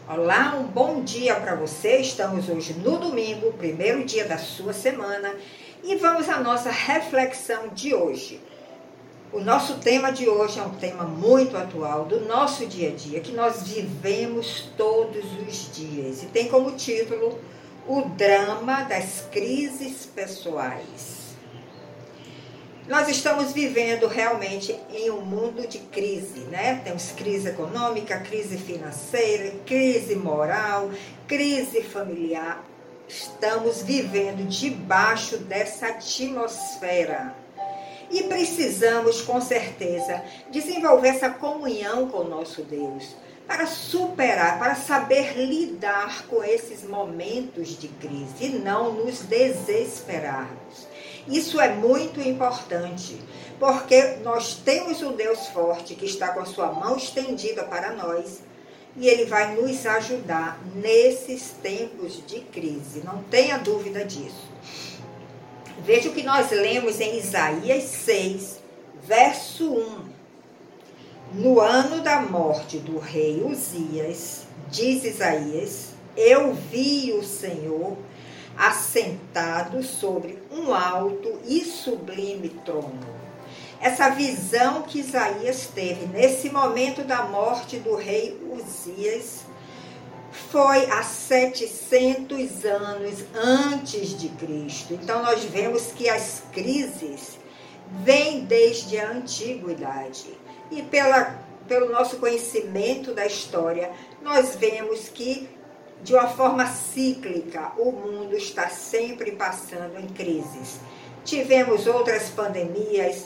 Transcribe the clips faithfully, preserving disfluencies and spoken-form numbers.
Olá, um bom dia para você. Estamos hoje no domingo, primeiro dia da sua semana, e vamos à nossa reflexão de hoje. O nosso tema de hoje é um tema muito atual do nosso dia a dia, que nós vivemos todos os dias, e tem como título o drama das crises pessoais. Nós estamos vivendo realmente em um mundo de crise, né? Temos crise econômica, crise financeira, crise moral, crise familiar. Estamos vivendo debaixo dessa atmosfera. E precisamos, com certeza, desenvolver essa comunhão com o nosso Deus, para superar, para saber lidar com esses momentos de crise e não nos desesperarmos. Isso é muito importante, porque nós temos um Deus forte que está com a sua mão estendida para nós e Ele vai nos ajudar nesses tempos de crise, não tenha dúvida disso. Veja o que nós lemos em Isaías seis, verso um. No ano da morte do rei Uzias, diz Isaías, eu vi o Senhor assentado sobre um alto e sublime trono. Essa visão que Isaías teve nesse momento da morte do rei Uzias foi há setecentos anos antes de Cristo. Então nós vemos que as crises vêm desde a antiguidade. E pela, pelo nosso conhecimento da história, nós vemos que de uma forma cíclica, o mundo está sempre passando em crises. Tivemos outras pandemias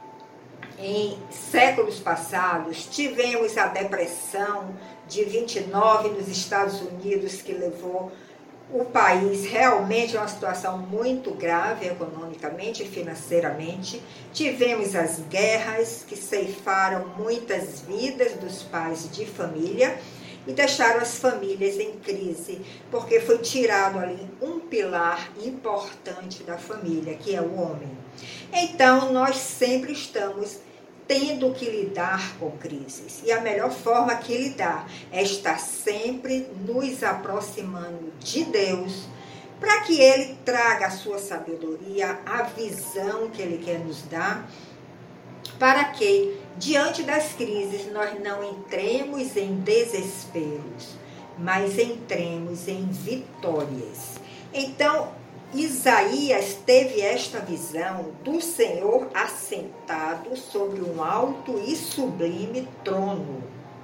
em séculos passados, tivemos a depressão de vinte e nove nos Estados Unidos, que levou o país realmente a uma situação muito grave economicamente e financeiramente. Tivemos as guerras que ceifaram muitas vidas dos pais de família, e deixaram as famílias em crise, porque foi tirado ali um pilar importante da família, que é o homem. Então, nós sempre estamos tendo que lidar com crises. E a melhor forma que lidar é estar sempre nos aproximando de Deus, para que Ele traga a sua sabedoria, a visão que Ele quer nos dar, para que, diante das crises, nós não entremos em desesperos, mas entremos em vitórias. Então, Isaías teve esta visão do Senhor assentado sobre um alto e sublime trono.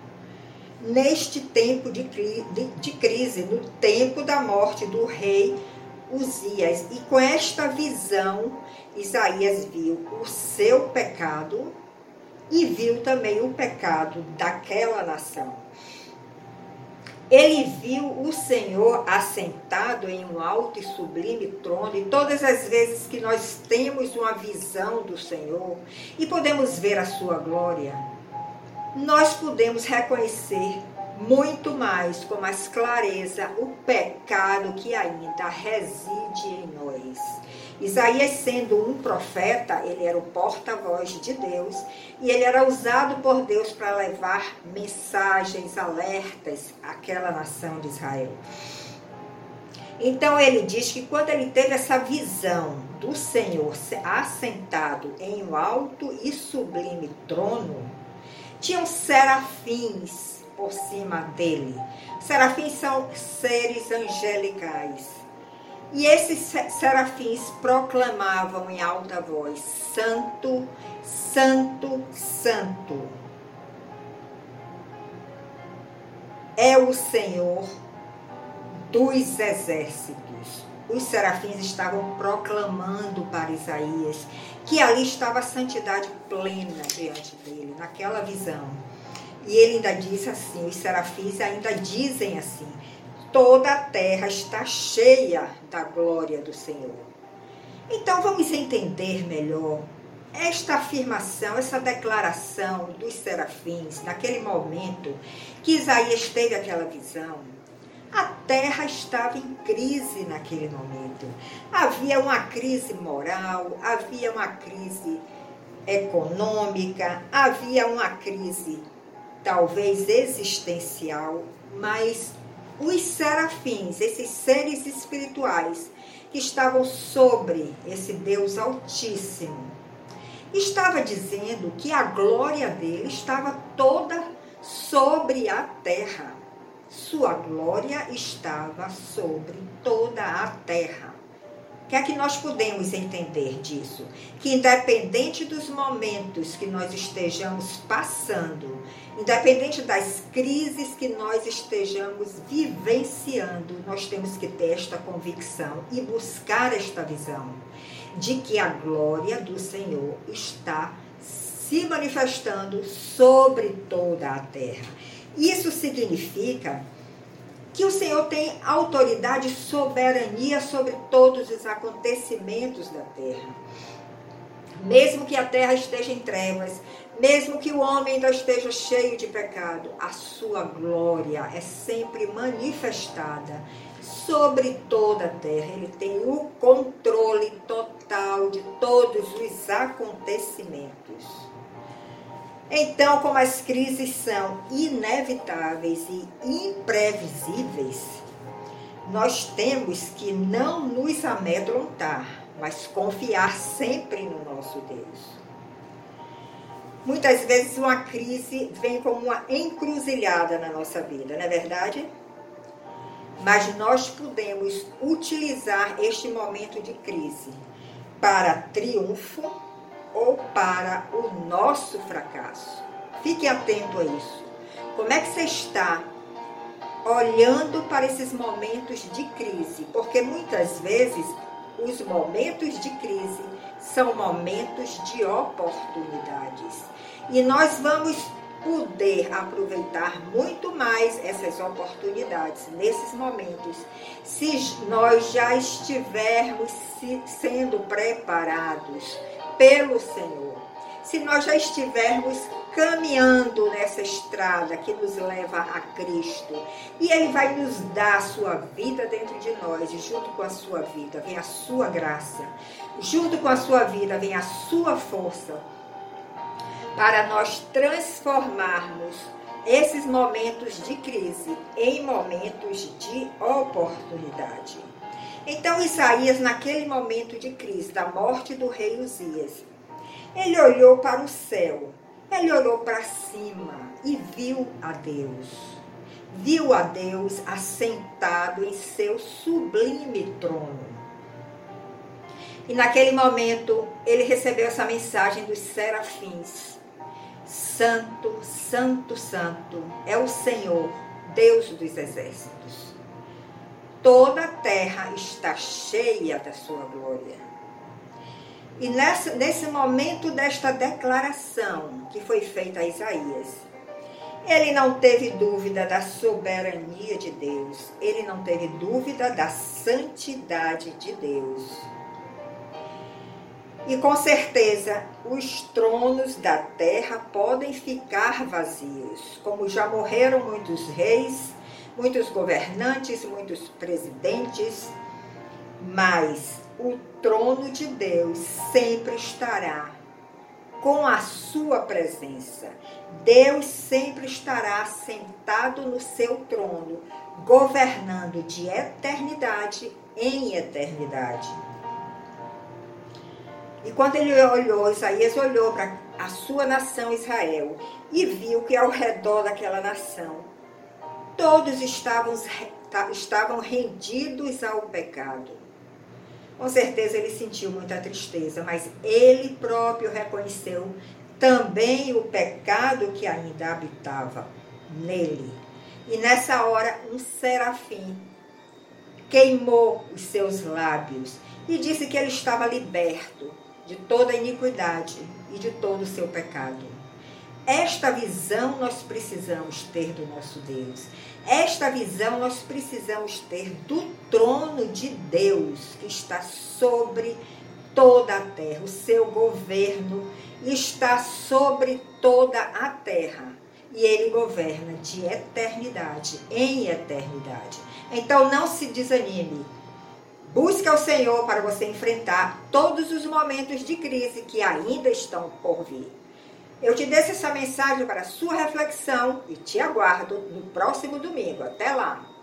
Neste tempo de, de, de crise, no tempo da morte do rei Uzias, e com esta visão, Isaías viu o seu pecado e viu também o pecado daquela nação. Ele viu o Senhor assentado em um alto e sublime trono, e todas as vezes que nós temos uma visão do Senhor e podemos ver a sua glória, nós podemos reconhecer muito mais, com mais clareza, o pecado que ainda reside em nós. Isaías, sendo um profeta, ele era o porta-voz de Deus e ele era usado por Deus para levar mensagens, alertas àquela nação de Israel. Então ele diz que quando ele teve essa visão do Senhor assentado em um alto e sublime trono, tinham serafins por cima dele. Serafins são seres angelicais. E esses serafins proclamavam em alta voz: Santo, Santo, Santo é o Senhor dos exércitos. Os serafins estavam proclamando para Isaías que ali estava a santidade plena diante dele, naquela visão. E ele ainda disse assim, os serafins ainda dizem assim: toda a terra está cheia da glória do Senhor. Então vamos entender melhor esta afirmação, essa declaração dos serafins, naquele momento que Isaías teve aquela visão. A terra estava em crise naquele momento. Havia uma crise moral, havia uma crise econômica, havia uma crise talvez existencial, mas os serafins, esses seres espirituais que estavam sobre esse Deus Altíssimo, estava dizendo que a glória dele estava toda sobre a terra. Sua glória estava sobre toda a terra. O que é que nós podemos entender disso? Que independente dos momentos que nós estejamos passando, independente das crises que nós estejamos vivenciando, nós temos que ter esta convicção e buscar esta visão de que a glória do Senhor está se manifestando sobre toda a terra. Isso significa que o Senhor tem autoridade e soberania sobre todos os acontecimentos da terra. Mesmo que a terra esteja em trevas, mesmo que o homem ainda esteja cheio de pecado, a sua glória é sempre manifestada sobre toda a terra. Ele tem o controle total de todos os acontecimentos. Então, como as crises são inevitáveis e imprevisíveis, nós temos que não nos amedrontar, mas confiar sempre no nosso Deus. Muitas vezes uma crise vem como uma encruzilhada na nossa vida, não é verdade? Mas nós podemos utilizar este momento de crise para triunfo ou para o nosso fracasso. Fique atento a isso. Como é que você está olhando para esses momentos de crise? Porque muitas vezes os momentos de crise são momentos de oportunidades. E nós vamos poder aproveitar muito mais essas oportunidades nesses momentos, se nós já estivermos sendo preparados pelo Senhor, se nós já estivermos caminhando nessa estrada que nos leva a Cristo, e Ele vai nos dar a sua vida dentro de nós, e junto com a sua vida vem a sua graça, junto com a sua vida vem a sua força, para nós transformarmos esses momentos de crise em momentos de oportunidade. Então Isaías, naquele momento de crise, da morte do rei Uzias, ele olhou para o céu, ele olhou para cima e viu a Deus. Viu a Deus assentado em seu sublime trono. E naquele momento ele recebeu essa mensagem dos serafins. Santo, santo, santo é o Senhor, Deus dos exércitos. Toda a terra está cheia da sua glória. E nessa, nesse momento desta declaração que foi feita a Isaías, ele não teve dúvida da soberania de Deus, ele não teve dúvida da santidade de Deus. E com certeza, os tronos da terra podem ficar vazios, como já morreram muitos reis, muitos governantes, muitos presidentes, mas o trono de Deus sempre estará com a sua presença. Deus sempre estará sentado no seu trono, governando de eternidade em eternidade. E quando ele olhou, Isaías olhou para a sua nação Israel e viu que ao redor daquela nação, todos estavam, estavam rendidos ao pecado. Com certeza ele sentiu muita tristeza, mas ele próprio reconheceu também o pecado que ainda habitava nele. E nessa hora um serafim queimou os seus lábios e disse que ele estava liberto de toda a iniquidade e de todo o seu pecado. Esta visão nós precisamos ter do nosso Deus. Esta visão nós precisamos ter do trono de Deus, que está sobre toda a terra. O seu governo está sobre toda a terra. E ele governa de eternidade em eternidade. Então não se desanime. Busque ao Senhor para você enfrentar todos os momentos de crise que ainda estão por vir. Eu te deixo essa mensagem para a sua reflexão e te aguardo no próximo domingo. Até lá!